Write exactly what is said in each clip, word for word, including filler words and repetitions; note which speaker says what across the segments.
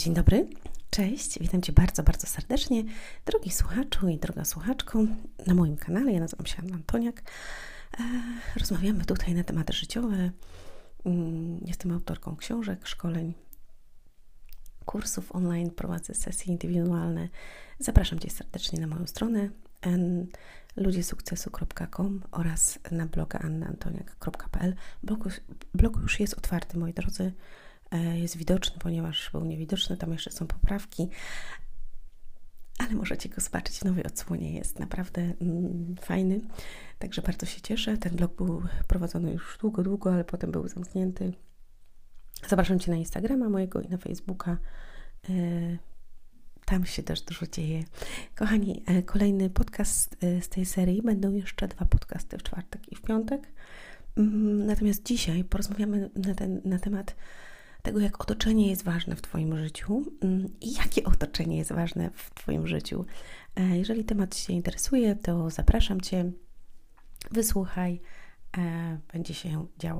Speaker 1: Dzień dobry, cześć, witam Cię bardzo, bardzo serdecznie, drogi słuchaczu i droga słuchaczko na moim kanale. Ja nazywam się Anna Antoniak. Rozmawiamy tutaj na tematy życiowe. Jestem autorką książek, szkoleń, kursów online, prowadzę sesje indywidualne. Zapraszam Cię serdecznie na moją stronę ludzie sukcesu kropka com oraz na bloga anna antoniak kropka p l. Blog, blog już jest otwarty, moi drodzy. Jest widoczny, ponieważ był niewidoczny, tam jeszcze są poprawki, ale możecie go zobaczyć w nowej odsłonie, jest naprawdę mm, fajny, także bardzo się cieszę. Ten blog był prowadzony już długo, długo, ale potem był zamknięty. Zapraszam Cię na Instagrama mojego i na Facebooka, e, tam się też dużo dzieje. Kochani, e, kolejny podcast e, z tej serii, będą jeszcze dwa podcasty w czwartek i w piątek, mm, natomiast dzisiaj porozmawiamy na, ten, na temat tego, jak otoczenie jest ważne w Twoim życiu i jakie otoczenie jest ważne w Twoim życiu. Jeżeli temat Cię interesuje, to zapraszam Cię, wysłuchaj, będzie się działo.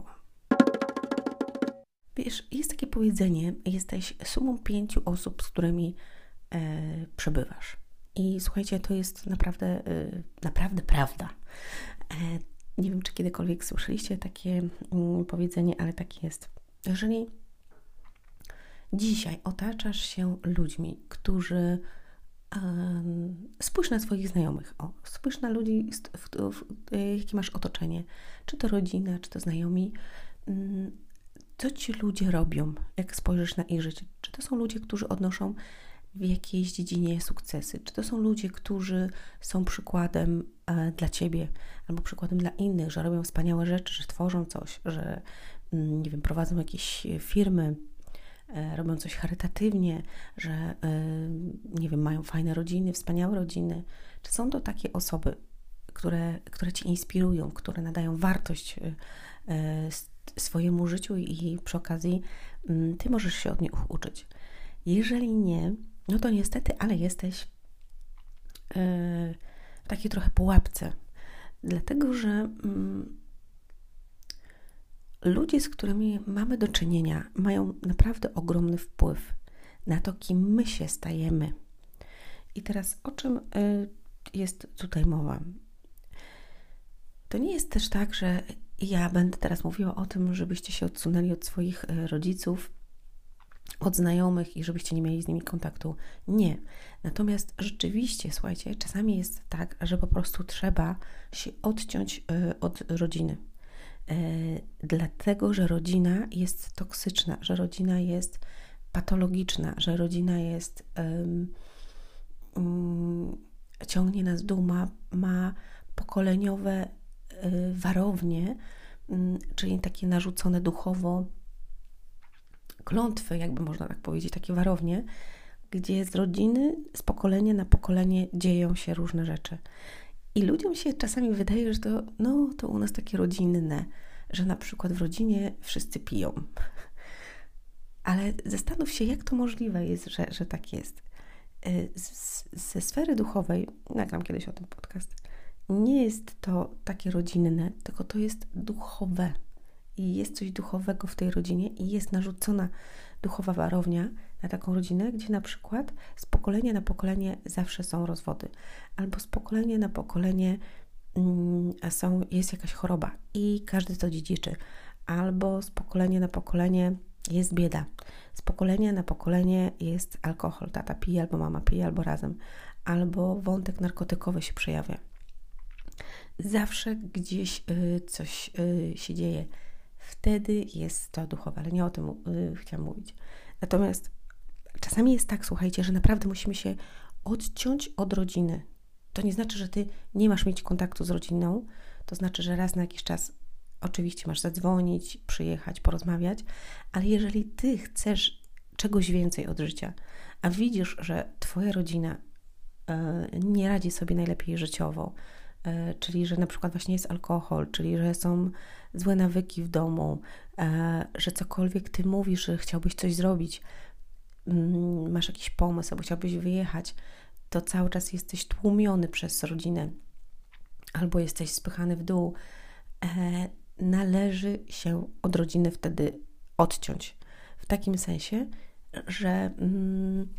Speaker 1: Wiesz, jest takie powiedzenie, jesteś sumą pięciu osób, z którymi e, przebywasz. I słuchajcie, to jest naprawdę, e, naprawdę prawda. E, nie wiem, czy kiedykolwiek słyszeliście takie mm, powiedzenie, ale tak jest. Jeżeli dzisiaj otaczasz się ludźmi, którzy um, spójrz na swoich znajomych, o, spójrz na ludzi, w, w, w, jakie masz otoczenie, czy to rodzina, czy to znajomi, um, co ci ludzie robią, jak spojrzysz na ich życie, czy to są ludzie, którzy odnoszą w jakiejś dziedzinie sukcesy, czy to są ludzie, którzy są przykładem e, dla Ciebie, albo przykładem dla innych, że robią wspaniałe rzeczy, że tworzą coś, że mm, nie wiem, prowadzą jakieś firmy, robią coś charytatywnie, że nie wiem, mają fajne rodziny, wspaniałe rodziny. Czy są to takie osoby, które, które Cię inspirują, które nadają wartość swojemu życiu i przy okazji Ty możesz się od nich uczyć. Jeżeli nie, no to niestety, ale jesteś w takiej trochę pułapce, dlatego że ludzie, z którymi mamy do czynienia, mają naprawdę ogromny wpływ na to, kim my się stajemy. I teraz o czym jest tutaj mowa? To nie jest też tak, że ja będę teraz mówiła o tym, żebyście się odsunęli od swoich rodziców, od znajomych i żebyście nie mieli z nimi kontaktu. Nie. Natomiast rzeczywiście, słuchajcie, czasami jest tak, że po prostu trzeba się odciąć od rodziny. Dlatego, że rodzina jest toksyczna, że rodzina jest patologiczna, że rodzina jest um, um, ciągnie nas w dół, ma, ma pokoleniowe y, warownie, y, czyli takie narzucone duchowo klątwy, jakby można tak powiedzieć, takie warownie, gdzie z rodziny, z pokolenia na pokolenie dzieją się różne rzeczy. I ludziom się czasami wydaje, że to, no, to u nas takie rodzinne, że na przykład w rodzinie wszyscy piją. Ale zastanów się, jak to możliwe jest, że, że tak jest. Z, ze sfery duchowej, nagram kiedyś o tym podcast, nie jest to takie rodzinne, tylko to jest duchowe. I jest coś duchowego w tej rodzinie i jest narzucona duchowa warownia na taką rodzinę, gdzie na przykład z pokolenia na pokolenie zawsze są rozwody. Albo z pokolenia na pokolenie mm, są, jest jakaś choroba i każdy to dziedziczy. Albo z pokolenia na pokolenie jest bieda. Z pokolenia na pokolenie jest alkohol. Tata pije, albo mama pije, albo razem. Albo wątek narkotykowy się przejawia. Zawsze gdzieś y, coś y, się dzieje. Wtedy jest to duchowe, ale nie o tym y, chciałam mówić. Natomiast czasami jest tak, słuchajcie, że naprawdę musimy się odciąć od rodziny. To nie znaczy, że Ty nie masz mieć kontaktu z rodziną. To znaczy, że raz na jakiś czas oczywiście masz zadzwonić, przyjechać, porozmawiać, ale jeżeli Ty chcesz czegoś więcej od życia, a widzisz, że Twoja rodzina y, nie radzi sobie najlepiej życiowo, czyli że na przykład właśnie jest alkohol, czyli że są złe nawyki w domu, że cokolwiek Ty mówisz, że chciałbyś coś zrobić, masz jakiś pomysł albo chciałbyś wyjechać, to cały czas jesteś tłumiony przez rodzinę albo jesteś spychany w dół. Należy się od rodziny wtedy odciąć. W takim sensie, że mm,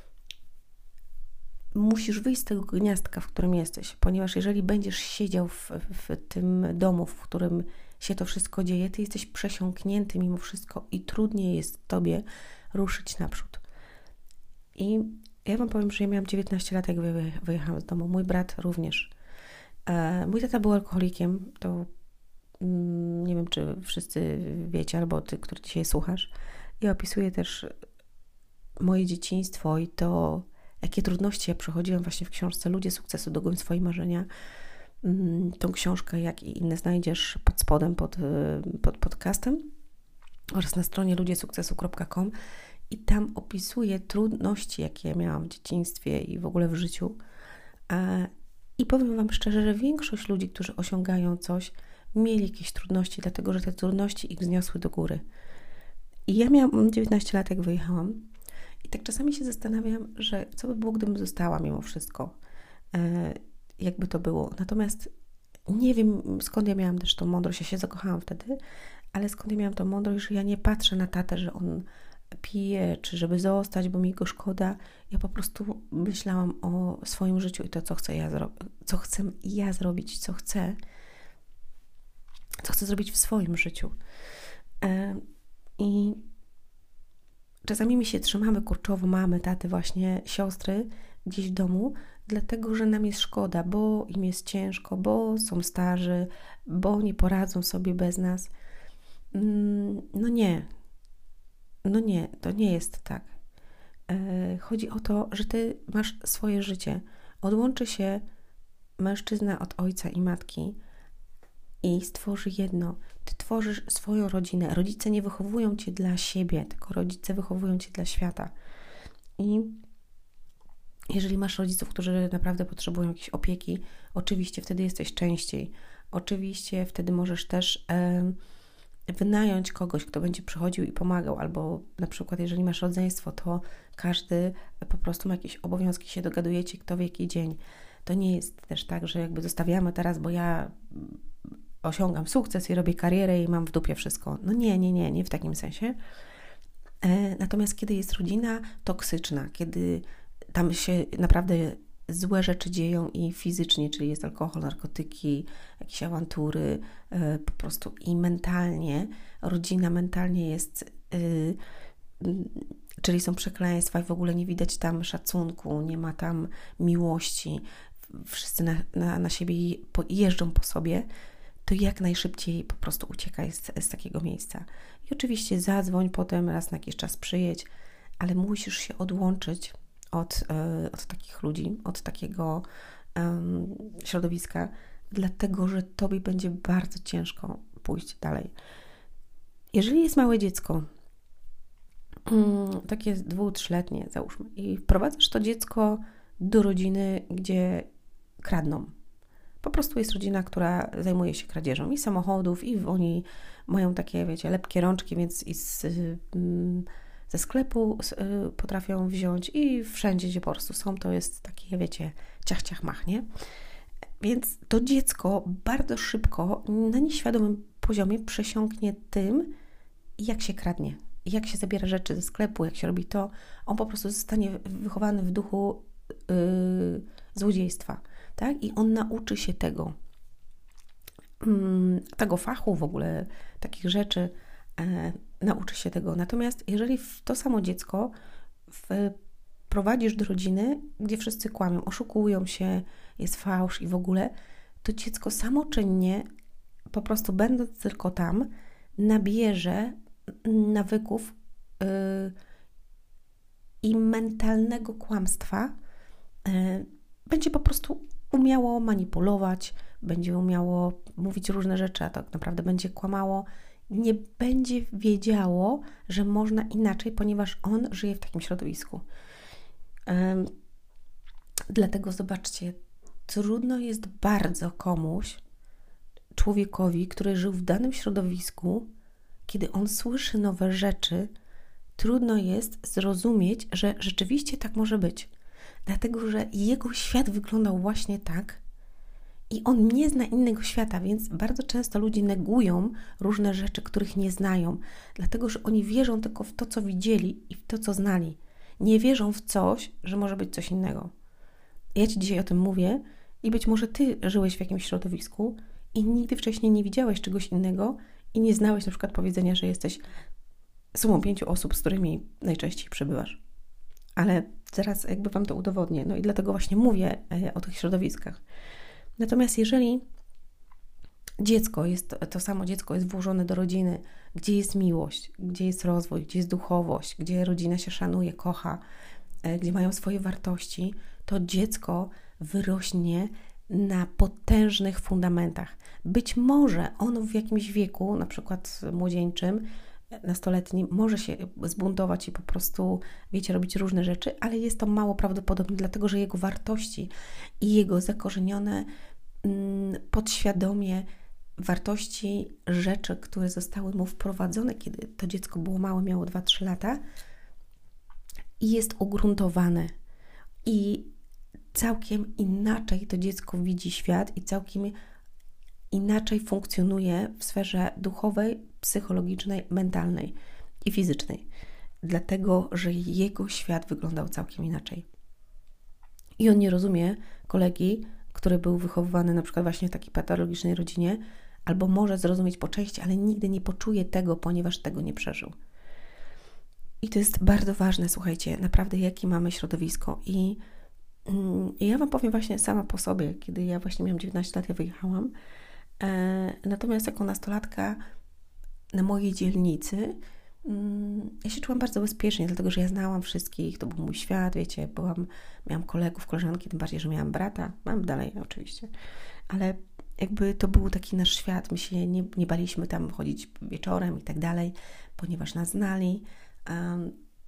Speaker 1: musisz wyjść z tego gniazdka, w którym jesteś, ponieważ jeżeli będziesz siedział w, w tym domu, w którym się to wszystko dzieje, ty jesteś przesiąknięty mimo wszystko i trudniej jest tobie ruszyć naprzód. I ja wam powiem, że ja miałam dziewiętnaście lat, jak wyjechałam z domu. Mój brat również. E, mój tata był alkoholikiem, to mm, nie wiem, czy wszyscy wiecie, albo ty, który dzisiaj słuchasz. Ja opisuję też moje dzieciństwo i to, jakie trudności ja przechodziłam właśnie w książce Ludzie sukcesu, dogoń swoje marzenia. Tą książkę, jak i inne, znajdziesz pod spodem, pod, pod podcastem oraz na stronie ludzie sukcesu kropka com i tam opisuję trudności, jakie ja miałam w dzieciństwie i w ogóle w życiu. I powiem wam szczerze, że większość ludzi, którzy osiągają coś, mieli jakieś trudności, dlatego że te trudności ich wzniosły do góry. I ja miałam dziewiętnaście lat, jak wyjechałam. I tak czasami się zastanawiam, że co by było, gdybym została mimo wszystko. E, jakby to było. Natomiast nie wiem, skąd ja miałam też tą mądrość. Ja się zakochałam wtedy, ale skąd ja miałam tą mądrość, że ja nie patrzę na tatę, że on pije, czy żeby zostać, bo mi go szkoda. Ja po prostu myślałam o swoim życiu i to, co chcę ja zrobić, co chcę ja zrobić, co chcę, co chcę zrobić w swoim życiu. E, I czasami mi się trzymamy kurczowo mamy, taty, właśnie siostry gdzieś w domu, dlatego, że nam jest szkoda, bo im jest ciężko, bo są starzy, bo nie poradzą sobie bez nas. No nie. No nie, to nie jest tak. Chodzi o to, że ty masz swoje życie. Odłączy się mężczyzna od ojca i matki i stworzy jedno. Ty tworzysz swoją rodzinę. Rodzice nie wychowują cię dla siebie, tylko rodzice wychowują cię dla świata. I jeżeli masz rodziców, którzy naprawdę potrzebują jakiejś opieki, oczywiście wtedy jesteś częściej. Oczywiście wtedy możesz też e, wynająć kogoś, kto będzie przychodził i pomagał, albo na przykład jeżeli masz rodzeństwo, to każdy po prostu ma jakieś obowiązki, się dogadujecie, kto w jaki dzień. To nie jest też tak, że jakby zostawiamy teraz, bo ja osiągam sukces i robię karierę i mam w dupie wszystko. No nie, nie, nie, nie w takim sensie. E, natomiast kiedy jest rodzina toksyczna, kiedy tam się naprawdę złe rzeczy dzieją i fizycznie, czyli jest alkohol, narkotyki, jakieś awantury, e, po prostu i mentalnie, rodzina mentalnie jest, e, czyli są przekleństwa i w ogóle nie widać tam szacunku, nie ma tam miłości, wszyscy na, na, na siebie jeżdżą po sobie, to jak najszybciej po prostu uciekaj z, z takiego miejsca. I oczywiście zadzwoń potem, raz na jakiś czas przyjedź, ale musisz się odłączyć od, od takich ludzi, od takiego um, środowiska, dlatego, że tobie będzie bardzo ciężko pójść dalej. Jeżeli jest małe dziecko, um, takie dwu-, trzyletnie załóżmy, i wprowadzasz to dziecko do rodziny, gdzie kradną. Po prostu jest rodzina, która zajmuje się kradzieżą i samochodów, i oni mają takie, wiecie, lepkie rączki, więc i z, mm, ze sklepu y, potrafią wziąć i wszędzie, gdzie po prostu są, to jest takie, wiecie, ciach, ciach, mach, nie? Więc to dziecko bardzo szybko na nieświadomym poziomie przesiąknie tym, jak się kradnie, jak się zabiera rzeczy ze sklepu, jak się robi to. On po prostu zostanie wychowany w duchu yy, złodziejstwa. Tak? I on nauczy się tego, tego fachu w ogóle, takich rzeczy, e, nauczy się tego. Natomiast jeżeli w to samo dziecko wprowadzisz do rodziny, gdzie wszyscy kłamią, oszukują się, jest fałsz i w ogóle, to dziecko samoczynnie, po prostu będąc tylko tam, nabierze nawyków yy, i mentalnego kłamstwa, yy, będzie po prostu umiało manipulować, będzie umiało mówić różne rzeczy, a tak naprawdę będzie kłamało, nie będzie wiedziało, że można inaczej, ponieważ on żyje w takim środowisku. Um, dlatego zobaczcie, trudno jest bardzo komuś, człowiekowi, który żył w danym środowisku, kiedy on słyszy nowe rzeczy, trudno jest zrozumieć, że rzeczywiście tak może być. Dlatego, że jego świat wyglądał właśnie tak I on nie zna innego świata, więc bardzo często ludzie negują różne rzeczy, których nie znają, dlatego że oni wierzą tylko w to, co widzieli i w to, co znali. Nie wierzą w coś, że może być coś innego. Ja Ci dzisiaj o tym mówię i być może Ty żyłeś w jakimś środowisku i nigdy wcześniej nie widziałeś czegoś innego i nie znałeś na przykład powiedzenia, że jesteś sumą pięciu osób, z którymi najczęściej przebywasz. Ale zaraz jakby Wam to udowodnię. No i dlatego właśnie mówię o tych środowiskach. Natomiast jeżeli dziecko jest, to samo dziecko jest włożone do rodziny, gdzie jest miłość, gdzie jest rozwój, gdzie jest duchowość, gdzie rodzina się szanuje, kocha, gdzie mają swoje wartości, to dziecko wyrośnie na potężnych fundamentach. Być może ono w jakimś wieku, na przykład młodzieńczym, nastoletnim, może się zbuntować i po prostu, wiecie, robić różne rzeczy, ale jest to mało prawdopodobne, dlatego że jego wartości i jego zakorzenione mm, podświadomie wartości, rzeczy, które zostały mu wprowadzone, kiedy to dziecko było małe, miało dwa trzy lata, i jest ugruntowane. I całkiem inaczej to dziecko widzi świat i całkiem inaczej funkcjonuje w sferze duchowej, psychologicznej, mentalnej i fizycznej. Dlatego, że jego świat wyglądał całkiem inaczej. I on nie rozumie kolegi, który był wychowywany na przykład właśnie w takiej patologicznej rodzinie, albo może zrozumieć po części, ale nigdy nie poczuje tego, ponieważ tego nie przeżył. I to jest bardzo ważne, słuchajcie, naprawdę jakie mamy środowisko. I, mm, i ja Wam powiem właśnie sama po sobie, kiedy ja właśnie miałam dziewiętnaście lat, ja wyjechałam. E, natomiast jako nastolatka na mojej dzielnicy mm, ja się czułam bardzo bezpiecznie, dlatego że ja znałam wszystkich, to był mój świat, wiecie, byłam, miałam kolegów, koleżanki, tym bardziej, że miałam brata, mam dalej oczywiście, ale jakby to był taki nasz świat, my się nie, nie baliśmy tam chodzić wieczorem i tak dalej, ponieważ nas znali. Um,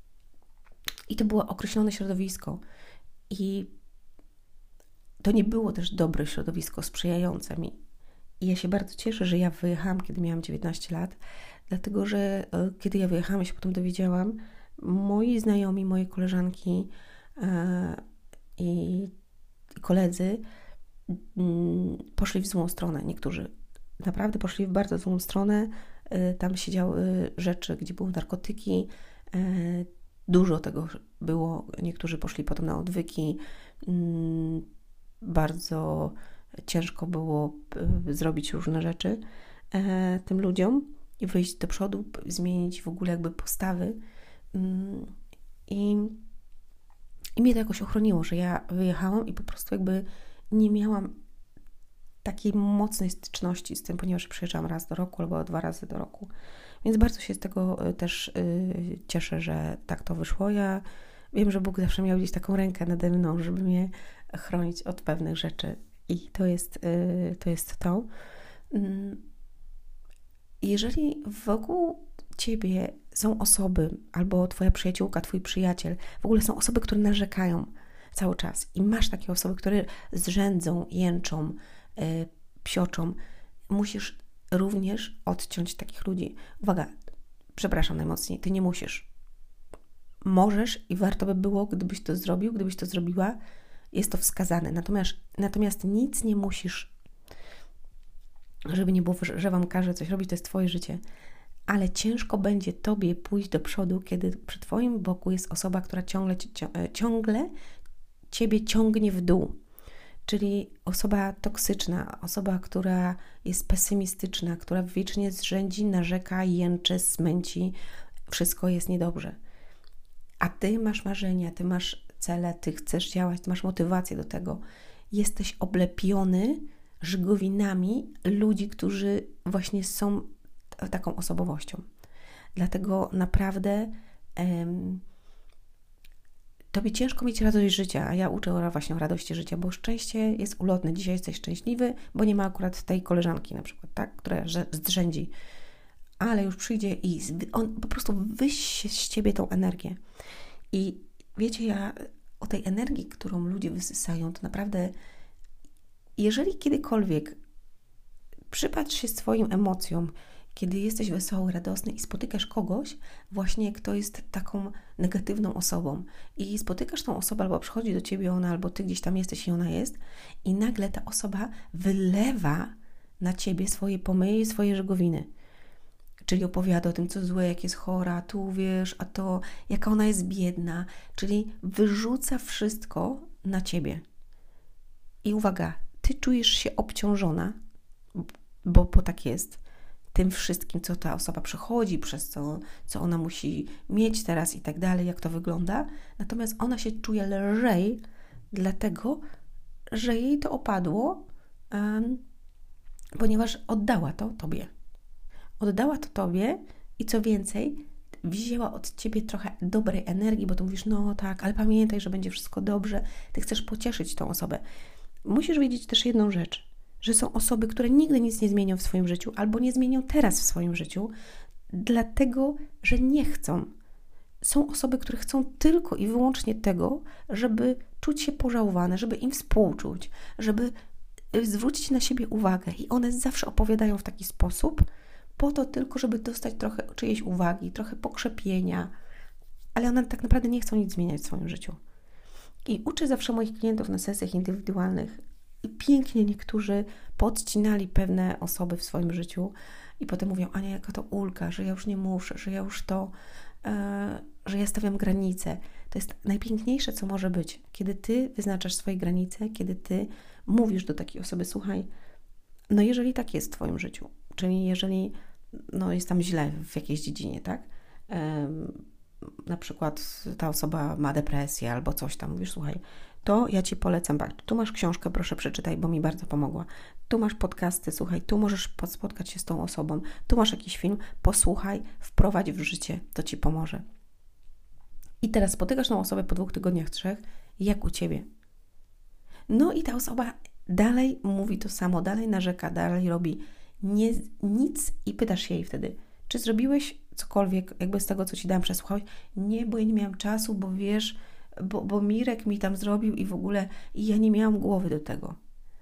Speaker 1: I to było określone środowisko. I to nie było też dobre środowisko, sprzyjające mi. I ja się bardzo cieszę, że ja wyjechałam, kiedy miałam dziewiętnaście lat, dlatego że e, kiedy ja wyjechałam, ja się potem dowiedziałam, moi znajomi, moje koleżanki e, i, i koledzy m, poszli w złą stronę. Niektórzy naprawdę poszli w bardzo złą stronę. E, tam się działy rzeczy, gdzie były narkotyki. E, dużo tego było. Niektórzy poszli potem na odwyki. M, bardzo ciężko było zrobić różne rzeczy e, tym ludziom i wyjść do przodu, zmienić w ogóle jakby postawy. I, I mnie to jakoś ochroniło, że ja wyjechałam i po prostu jakby nie miałam takiej mocnej styczności z tym, ponieważ przyjeżdżałam raz do roku albo dwa razy do roku. Więc bardzo się z tego też y, cieszę, że tak to wyszło. Ja wiem, że Bóg zawsze miał gdzieś taką rękę nade mną, żeby mnie chronić od pewnych rzeczy. I to jest, y, to jest to. Y, jeżeli wokół Ciebie są osoby, albo Twoja przyjaciółka, Twój przyjaciel, w ogóle są osoby, które narzekają cały czas i masz takie osoby, które zrzędzą, jęczą, y, psioczą, musisz również odciąć takich ludzi. Uwaga, przepraszam najmocniej, Ty nie musisz. Możesz i warto by było, gdybyś to zrobił, gdybyś to zrobiła, jest to wskazane. Natomiast, natomiast nic nie musisz, żeby nie było, że Wam każe coś robić, to jest Twoje życie. Ale ciężko będzie Tobie pójść do przodu, kiedy przy Twoim boku jest osoba, która ciągle, ciągle Ciebie ciągnie w dół. Czyli osoba toksyczna, osoba, która jest pesymistyczna, która wiecznie zrzędzi, narzeka, jęczy, smęci, wszystko jest niedobrze. A Ty masz marzenia, Ty masz cele, Ty chcesz działać, Ty masz motywację do tego. Jesteś oblepiony żygowinami ludzi, którzy właśnie są taką osobowością. Dlatego naprawdę em, Tobie ciężko mieć radość życia, a ja uczę właśnie o radości życia, bo szczęście jest ulotne. Dzisiaj jesteś szczęśliwy, bo nie ma akurat tej koleżanki na przykład, tak, która zdrzędzi. Ale już przyjdzie i on po prostu wysie z Ciebie tą energię. I wiecie, ja o tej energii, którą ludzie wysysają, to naprawdę, jeżeli kiedykolwiek przypatrz się swoim emocjom kiedy jesteś wesoły, radosny i spotykasz kogoś właśnie, kto jest taką negatywną osobą i spotykasz tą osobę, albo przychodzi do ciebie ona, albo ty gdzieś tam jesteś i ona jest i nagle ta osoba wylewa na ciebie swoje pomyje, swoje żegowiny. Czyli opowiada o tym, co złe, jak jest chora, tu wiesz, a to, jaka ona jest biedna. Czyli wyrzuca wszystko na ciebie. I uwaga, ty czujesz się obciążona, bo, bo tak jest, tym wszystkim, co ta osoba przechodzi, przez co, co ona musi mieć teraz i tak dalej, jak to wygląda. Natomiast ona się czuje lżej, dlatego, że jej to opadło, um, ponieważ oddała to tobie. Oddała to tobie i co więcej, wzięła od ciebie trochę dobrej energii, bo tu mówisz, no tak, ale pamiętaj, że będzie wszystko dobrze. Ty chcesz pocieszyć tą osobę. Musisz wiedzieć też jedną rzecz, że są osoby, które nigdy nic nie zmienią w swoim życiu albo nie zmienią teraz w swoim życiu, dlatego, że nie chcą. Są osoby, które chcą tylko i wyłącznie tego, żeby czuć się pożałowane, żeby im współczuć, żeby zwrócić na siebie uwagę i one zawsze opowiadają w taki sposób, po to tylko, żeby dostać trochę czyjejś uwagi, trochę pokrzepienia, ale one tak naprawdę nie chcą nic zmieniać w swoim życiu. I uczę zawsze moich klientów na sesjach indywidualnych i pięknie niektórzy podcinali pewne osoby w swoim życiu i potem mówią, Ania, jaka to ulga, że ja już nie muszę, że ja już to, yy, że ja stawiam granice. To jest najpiękniejsze, co może być, kiedy ty wyznaczasz swoje granice, kiedy ty mówisz do takiej osoby, słuchaj, no jeżeli tak jest w twoim życiu, czyli jeżeli no, jest tam źle w jakiejś dziedzinie, tak? Yy, na przykład ta osoba ma depresję albo coś tam, mówisz, słuchaj, to ja Ci polecam, tu masz książkę, proszę przeczytaj, bo mi bardzo pomogła. Tu masz podcasty, słuchaj, tu możesz spotkać się z tą osobą, tu masz jakiś film, posłuchaj, wprowadź w życie, to Ci pomoże. I teraz spotykasz tą osobę po dwóch tygodniach, trzech, jak u Ciebie. No i ta osoba dalej mówi to samo, dalej narzeka, dalej robi nie, nic i pytasz się jej wtedy, czy zrobiłeś cokolwiek jakby z tego, co Ci dałam, przesłuchałeś? Nie, bo ja nie miałam czasu, bo wiesz, bo, bo Mirek mi tam zrobił i w ogóle i ja nie miałam głowy do tego.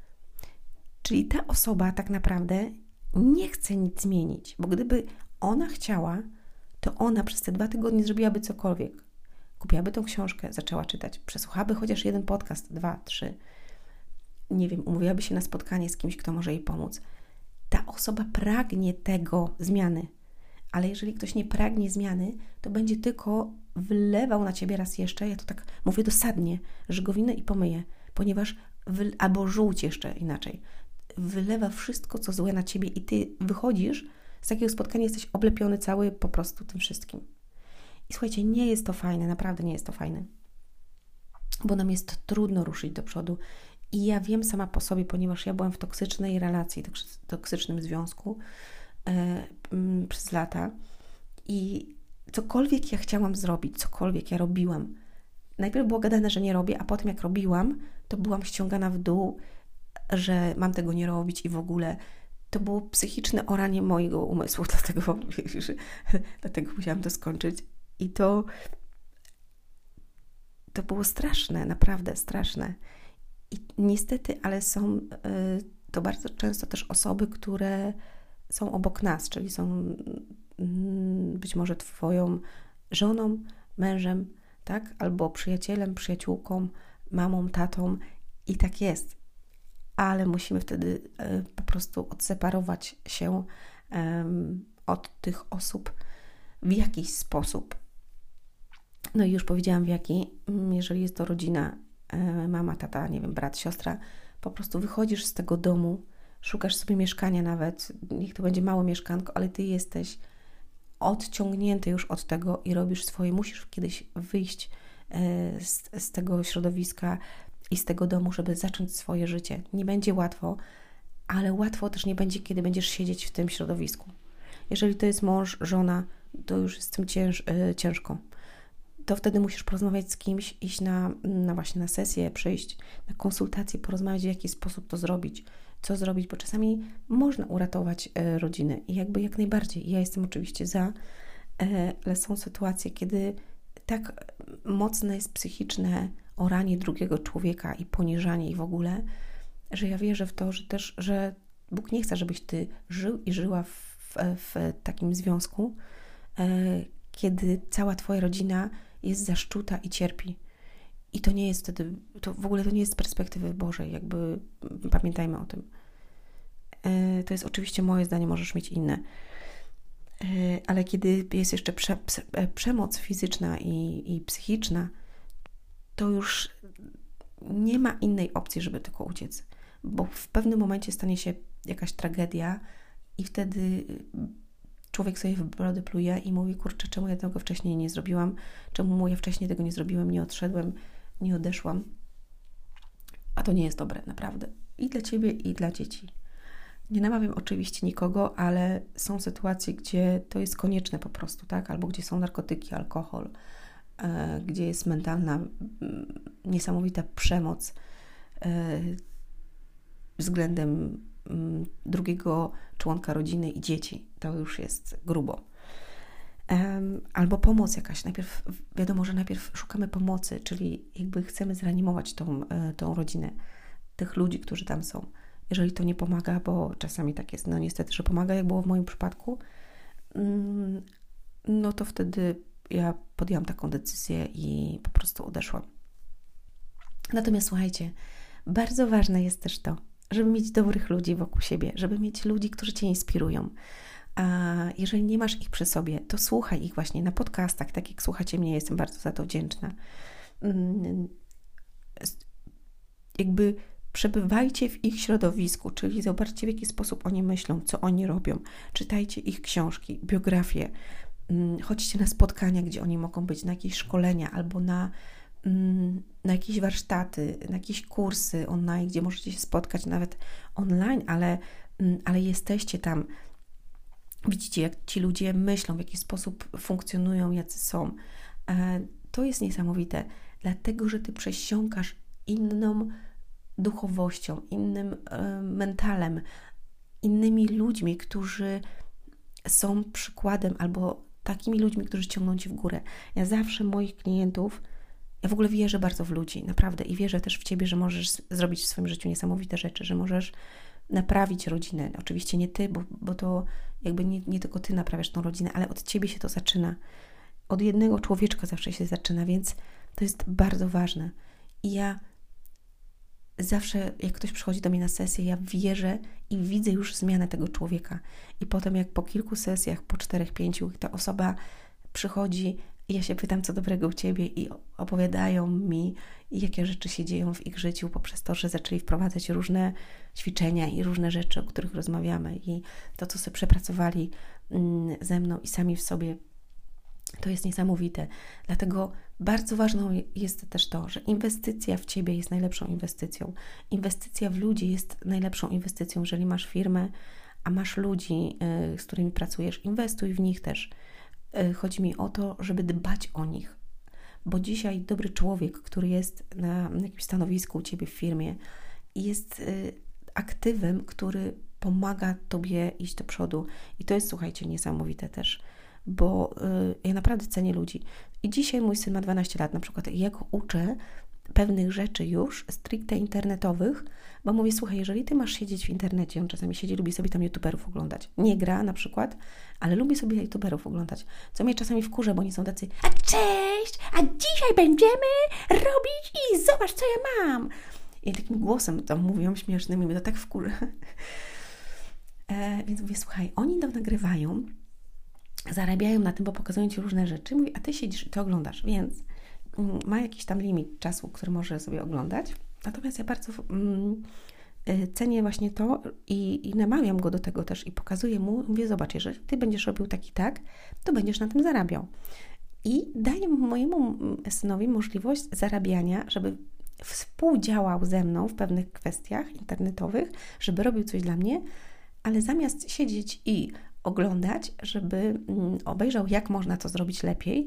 Speaker 1: Czyli ta osoba tak naprawdę nie chce nic zmienić, bo gdyby ona chciała, to ona przez te dwa tygodnie zrobiłaby cokolwiek. Kupiłaby tą książkę, zaczęła czytać, przesłuchałaby chociaż jeden podcast, dwa, trzy. Nie wiem, umówiłaby się na spotkanie z kimś, kto może jej pomóc. Ta osoba pragnie tego, zmiany. Ale jeżeli ktoś nie pragnie zmiany, to będzie tylko wylewał na Ciebie raz jeszcze, ja to tak mówię dosadnie, żegowinę i pomyje, ponieważ, wy, albo żółć jeszcze inaczej, wylewa wszystko, co złe na Ciebie i Ty wychodzisz z takiego spotkania, jesteś oblepiony cały po prostu tym wszystkim. I słuchajcie, nie jest to fajne, naprawdę nie jest to fajne, bo nam jest trudno ruszyć do przodu. I ja wiem sama po sobie, ponieważ ja byłam w toksycznej relacji, toksycznym związku, przez lata i cokolwiek ja chciałam zrobić, cokolwiek ja robiłam, najpierw było gadane, że nie robię, a potem jak robiłam, to byłam ściągana w dół, że mam tego nie robić i w ogóle to było psychiczne oranie mojego umysłu, dlatego, dlatego musiałam to skończyć i to to było straszne, naprawdę straszne i niestety, ale są to bardzo często też osoby, które są obok nas, czyli są być może Twoją żoną, mężem, tak? Albo przyjacielem, przyjaciółką, mamą, tatą i tak jest. Ale musimy wtedy po prostu odseparować się od tych osób w jakiś sposób. No i już powiedziałam w jaki, jeżeli jest to rodzina, mama, tata, nie wiem, brat, siostra, po prostu wychodzisz z tego domu, szukasz sobie mieszkania nawet, niech to będzie małe mieszkanko, ale Ty jesteś odciągnięty już od tego i robisz swoje, musisz kiedyś wyjść z, z tego środowiska i z tego domu, żeby zacząć swoje życie. Nie będzie łatwo, ale łatwo też nie będzie, kiedy będziesz siedzieć w tym środowisku. Jeżeli to jest mąż, żona, to już jest z tym cięż, ciężko. To wtedy musisz porozmawiać z kimś, iść na, na właśnie na sesję, przyjść na konsultację, porozmawiać, w jaki sposób to zrobić, co zrobić, bo czasami można uratować e, rodziny i jakby jak najbardziej. Ja jestem oczywiście za, e, ale są sytuacje, kiedy tak mocne jest psychiczne oranie drugiego człowieka i poniżanie i w ogóle, że ja wierzę w to, że też, że Bóg nie chce, żebyś Ty żył i żyła w, w, w takim związku, kiedy cała twoja rodzina jest zaszczuta i cierpi. I to nie jest wtedy, to w ogóle to nie jest z perspektywy Bożej, jakby pamiętajmy o tym. To jest oczywiście moje zdanie, możesz mieć inne. Ale kiedy jest jeszcze prze, przemoc fizyczna i, i psychiczna, to już nie ma innej opcji, żeby tylko uciec. Bo w pewnym momencie stanie się jakaś tragedia i wtedy człowiek sobie w brodę pluje i mówi, kurczę, czemu ja tego wcześniej nie zrobiłam? Czemu ja wcześniej tego nie zrobiłem, nie odszedłem, nie odeszłam? A to nie jest dobre, naprawdę. I dla ciebie, i dla dzieci. Nie namawiam oczywiście nikogo, ale są sytuacje, gdzie to jest konieczne po prostu, tak? Albo gdzie są narkotyki, alkohol, e, gdzie jest mentalna, m, niesamowita przemoc e, względem m, drugiego członka rodziny i dzieci. To już jest grubo. E, albo pomoc jakaś. Najpierw, wiadomo, że najpierw szukamy pomocy, czyli jakby chcemy zreanimować tą, e, tą rodzinę, tych ludzi, którzy tam są. Jeżeli to nie pomaga, bo czasami tak jest, no niestety, że pomaga, jak było w moim przypadku, no to wtedy ja podjęłam taką decyzję i po prostu odeszłam. Natomiast słuchajcie, bardzo ważne jest też to, żeby mieć dobrych ludzi wokół siebie, żeby mieć ludzi, którzy Cię inspirują. A jeżeli nie masz ich przy sobie, to słuchaj ich właśnie na podcastach, tak jak słuchacie mnie, jestem bardzo za to wdzięczna. Jakby przebywajcie w ich środowisku, czyli zobaczcie, w jaki sposób oni myślą, co oni robią. Czytajcie ich książki, biografie. Chodźcie na spotkania, gdzie oni mogą być, na jakieś szkolenia albo na, na jakieś warsztaty, na jakieś kursy online, gdzie możecie się spotkać nawet online, ale, ale jesteście tam. Widzicie, jak ci ludzie myślą, w jaki sposób funkcjonują, jacy są. To jest niesamowite, dlatego, że Ty przesiąkasz inną duchowością, innym e, mentalem, innymi ludźmi, którzy są przykładem albo takimi ludźmi, którzy ciągną Cię w górę. Ja zawsze moich klientów, ja w ogóle wierzę bardzo w ludzi, naprawdę, i wierzę też w Ciebie, że możesz zrobić w swoim życiu niesamowite rzeczy, że możesz naprawić rodzinę. Oczywiście nie Ty, bo, bo to jakby nie, nie tylko Ty naprawiasz tą rodzinę, ale od Ciebie się to zaczyna. Od jednego człowieczka zawsze się zaczyna, więc to jest bardzo ważne. I ja zawsze, jak ktoś przychodzi do mnie na sesję, ja wierzę i widzę już zmianę tego człowieka. I potem, jak po kilku sesjach, po czterech, pięciu, ta osoba przychodzi i ja się pytam, co dobrego u Ciebie, i opowiadają mi, jakie rzeczy się dzieją w ich życiu poprzez to, że zaczęli wprowadzać różne ćwiczenia i różne rzeczy, o których rozmawiamy, i to, co sobie przepracowali ze mną i sami w sobie. To jest niesamowite. Dlatego bardzo ważną jest też to, że inwestycja w Ciebie jest najlepszą inwestycją. Inwestycja w ludzi jest najlepszą inwestycją. Jeżeli masz firmę, a masz ludzi, z którymi pracujesz, inwestuj w nich też. Chodzi mi o to, żeby dbać o nich. Bo dzisiaj dobry człowiek, który jest na jakimś stanowisku u Ciebie w firmie, jest aktywem, który pomaga Tobie iść do przodu. I to jest, słuchajcie, niesamowite też. Bo y, ja naprawdę cenię ludzi. I dzisiaj mój syn ma dwanaście lat na przykład i ja go uczę pewnych rzeczy już stricte internetowych, bo mówię, słuchaj, jeżeli Ty masz siedzieć w internecie, on czasami siedzi, lubi sobie tam youtuberów oglądać. Nie gra na przykład, ale lubi sobie youtuberów oglądać. Co mnie czasami wkurza, bo oni są tacy, a cześć, a dzisiaj będziemy robić i zobacz, co ja mam. I takim głosem tam mówią śmiesznym i mnie to tak wkurza. E, więc mówię, słuchaj, oni to nagrywają, zarabiają na tym, bo pokazują Ci różne rzeczy. Mówi, a Ty siedzisz i to oglądasz, więc ma jakiś tam limit czasu, który może sobie oglądać. Natomiast ja bardzo mm, cenię właśnie to i, i namawiam go do tego też i pokazuję mu, mówię, zobacz, jeżeli Ty będziesz robił tak i tak, to będziesz na tym zarabiał. I daję mojemu synowi możliwość zarabiania, żeby współdziałał ze mną w pewnych kwestiach internetowych, żeby robił coś dla mnie, ale zamiast siedzieć i oglądać, żeby obejrzał, jak można to zrobić lepiej,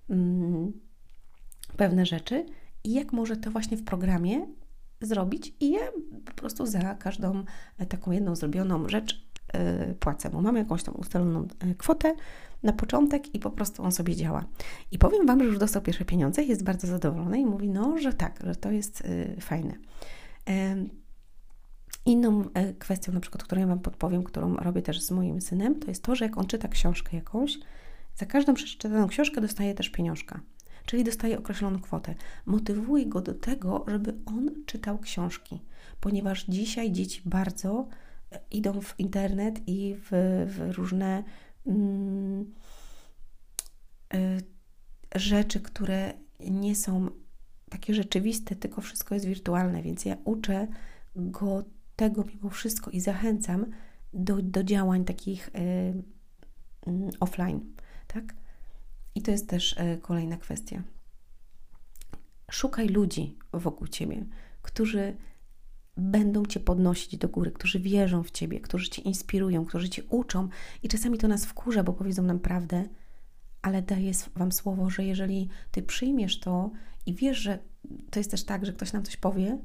Speaker 1: pewne rzeczy i jak może to właśnie w programie zrobić, i ja po prostu za każdą taką jedną zrobioną rzecz płacę mu. Mamy jakąś tam ustaloną kwotę na początek i po prostu on sobie działa. I powiem Wam, że już dostał pierwsze pieniądze, jest bardzo zadowolony i mówi, no, że tak, że to jest fajne. Inną kwestią, na przykład, którą ja Wam podpowiem, którą robię też z moim synem, to jest to, że jak on czyta książkę jakąś, za każdą przeczytaną książkę dostaje też pieniążka, czyli dostaje określoną kwotę. Motywuję go do tego, żeby on czytał książki, ponieważ dzisiaj dzieci bardzo idą w internet i w, w różne mm, y, rzeczy, które nie są takie rzeczywiste, tylko wszystko jest wirtualne, więc ja uczę go tego mimo wszystko i zachęcam do, do działań takich y, y, offline, tak? I to jest też y, kolejna kwestia. Szukaj ludzi wokół Ciebie, którzy będą Cię podnosić do góry, którzy wierzą w Ciebie, którzy Cię inspirują, którzy Cię uczą i czasami to nas wkurza, bo powiedzą nam prawdę, ale daję Wam słowo, że jeżeli Ty przyjmiesz to i wiesz, że to jest też tak, że ktoś nam coś powie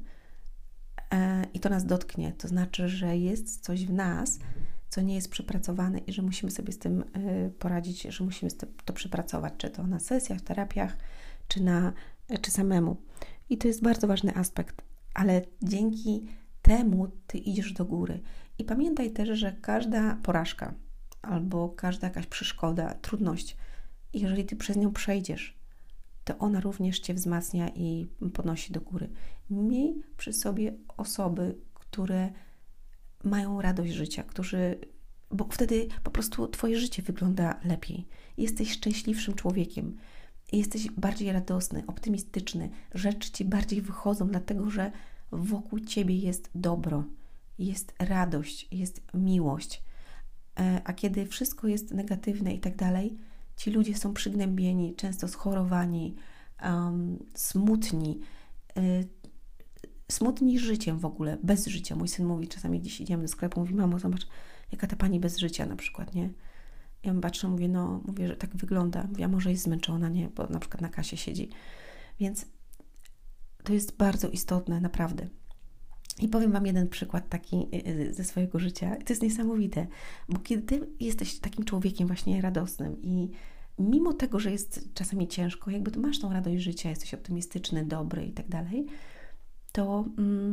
Speaker 1: e, i to nas dotknie, to znaczy, że jest coś w nas, co nie jest przepracowane i że musimy sobie z tym y, poradzić, że musimy to przepracować, czy to na sesjach, terapiach, czy, na, czy samemu. I to jest bardzo ważny aspekt, ale dzięki temu Ty idziesz do góry. I pamiętaj też, że każda porażka albo każda jakaś przeszkoda, trudność, jeżeli Ty przez nią przejdziesz, to ona również Cię wzmacnia i podnosi do góry. Miej przy sobie osoby, które mają radość życia, którzy, bo wtedy po prostu Twoje życie wygląda lepiej. Jesteś szczęśliwszym człowiekiem, jesteś bardziej radosny, optymistyczny, rzeczy Ci bardziej wychodzą, dlatego że wokół Ciebie jest dobro, jest radość, jest miłość. A kiedy wszystko jest negatywne i tak dalej, ci ludzie są przygnębieni, często schorowani, um, smutni, y, smutni życiem w ogóle, bez życia. Mój syn mówi, czasami gdzieś idziemy do sklepu, mówi, mamo, zobacz, jaka ta pani bez życia na przykład, nie? Ja patrzę, mówię, no, mówię, że tak wygląda. Mówię, a może jest zmęczona, nie? Bo na przykład na kasie siedzi. Więc to jest bardzo istotne, naprawdę. I powiem Wam jeden przykład taki ze swojego życia. To jest niesamowite, bo kiedy Ty jesteś takim człowiekiem właśnie radosnym i mimo tego, że jest czasami ciężko, jakby Ty masz tą radość życia, jesteś optymistyczny, dobry i tak dalej, to,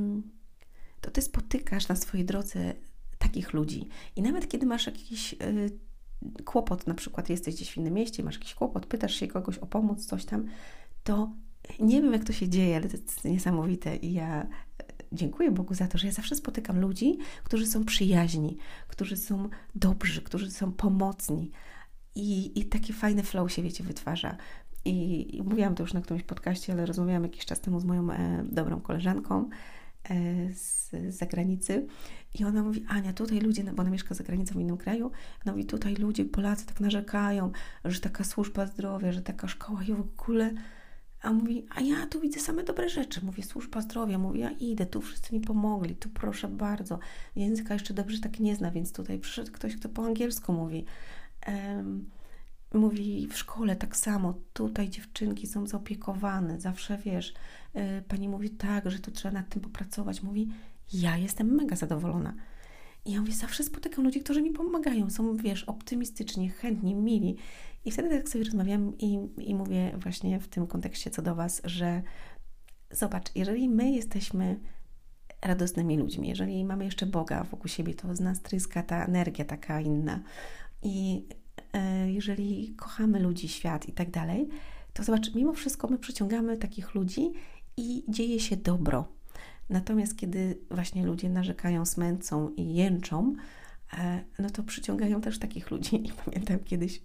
Speaker 1: to Ty spotykasz na swojej drodze takich ludzi. I nawet kiedy masz jakiś y, kłopot, na przykład jesteś gdzieś w innym mieście, masz jakiś kłopot, pytasz się kogoś o pomoc, coś tam, to nie wiem, jak to się dzieje, ale to jest niesamowite i ja dziękuję Bogu za to, że ja zawsze spotykam ludzi, którzy są przyjaźni, którzy są dobrzy, którzy są pomocni i, i taki fajny flow się, wiecie, wytwarza. I, i mówiłam to już na którymś podcaście, ale rozmawiałam jakiś czas temu z moją e, dobrą koleżanką e, z, z zagranicy i ona mówi, Ania, tutaj ludzie, bo ona mieszka za granicą w innym kraju, ona mówi, tutaj ludzie, Polacy tak narzekają, że taka służba zdrowia, że taka szkoła i w ogóle. A mówi, a ja tu widzę same dobre rzeczy. Mówię, służba zdrowia. Mówi, ja idę, tu wszyscy mi pomogli, tu proszę bardzo. Języka jeszcze dobrze tak nie zna, więc tutaj przyszedł ktoś, kto po angielsku mówi. Um, mówi, w szkole tak samo, tutaj dziewczynki są zaopiekowane, zawsze wiesz, yy, pani mówi tak, że tu trzeba nad tym popracować. Mówi, ja jestem mega zadowolona. I ja mówię, zawsze spotykam ludzi, którzy mi pomagają, są, wiesz, optymistyczni, chętni, mili. I wtedy tak sobie rozmawiam i, i mówię właśnie w tym kontekście co do Was, że zobacz, jeżeli my jesteśmy radosnymi ludźmi, jeżeli mamy jeszcze Boga wokół siebie, to z nas tryska ta energia taka inna i e, jeżeli kochamy ludzi, świat i tak dalej, to zobacz, mimo wszystko my przyciągamy takich ludzi i dzieje się dobro. Natomiast kiedy właśnie ludzie narzekają, smęcą i jęczą, no to przyciągają też takich ludzi. I pamiętam kiedyś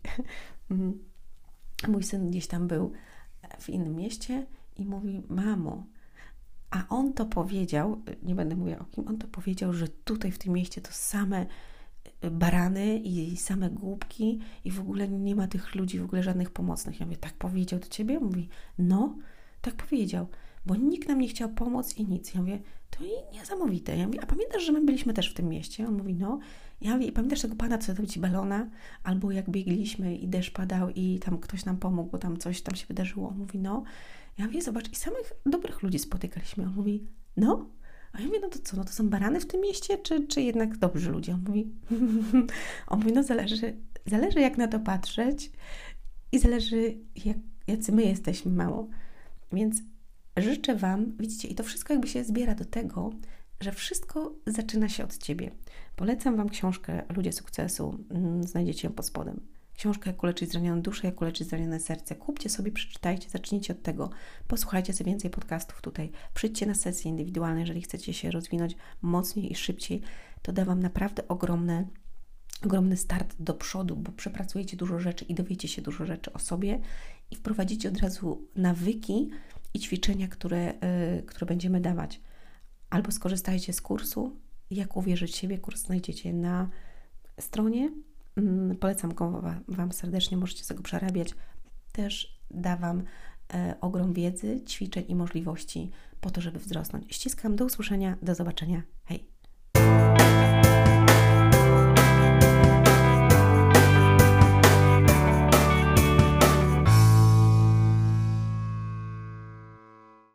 Speaker 1: mój syn gdzieś tam był w innym mieście i mówi, mamo, a on to powiedział, nie będę mówiła o kim, on to powiedział, że tutaj w tym mieście to same barany i same głupki i w ogóle nie ma tych ludzi, w ogóle żadnych pomocnych. Ja mówię, tak powiedział do Ciebie? Mówi, no, tak powiedział, bo nikt nam nie chciał pomóc i nic. Ja mówię, to niesamowite. Ja mówię, a pamiętasz, że my byliśmy też w tym mieście? On mówi, no. Ja mówię, i pamiętasz tego pana, co dał Ci balona? Albo jak biegliśmy i deszcz padał i tam ktoś nam pomógł, bo tam coś tam się wydarzyło. On mówi, no. Ja mówię, zobacz, i samych dobrych ludzi spotykaliśmy. On mówi, no. A ja mówię, no to co, no to są barany w tym mieście, czy, czy jednak dobrzy ludzie? On mówi, on mówi, no zależy, zależy jak na to patrzeć i zależy jak, jacy my jesteśmy mało. Więc życzę Wam, widzicie, i to wszystko jakby się zbiera do tego, że wszystko zaczyna się od Ciebie. Polecam Wam książkę Ludzie Sukcesu, znajdziecie ją pod spodem. Książkę Jak uleczyć zranioną duszę, jak uleczyć zranione serce. Kupcie sobie, przeczytajcie, zacznijcie od tego. Posłuchajcie sobie więcej podcastów tutaj. Przyjdźcie na sesje indywidualne, jeżeli chcecie się rozwinąć mocniej i szybciej. To da Wam naprawdę ogromne, ogromny start do przodu, bo przepracujecie dużo rzeczy i dowiecie się dużo rzeczy o sobie i wprowadzicie od razu nawyki i ćwiczenia, które, yy, które będziemy dawać. Albo skorzystajcie z kursu Jak uwierzyć w siebie. Kurs znajdziecie na stronie. Polecam go Wam serdecznie, możecie sobie go przerabiać. Też da Wam e, ogrom wiedzy, ćwiczeń i możliwości po to, żeby wzrosnąć. Ściskam, do usłyszenia, do zobaczenia. Hej!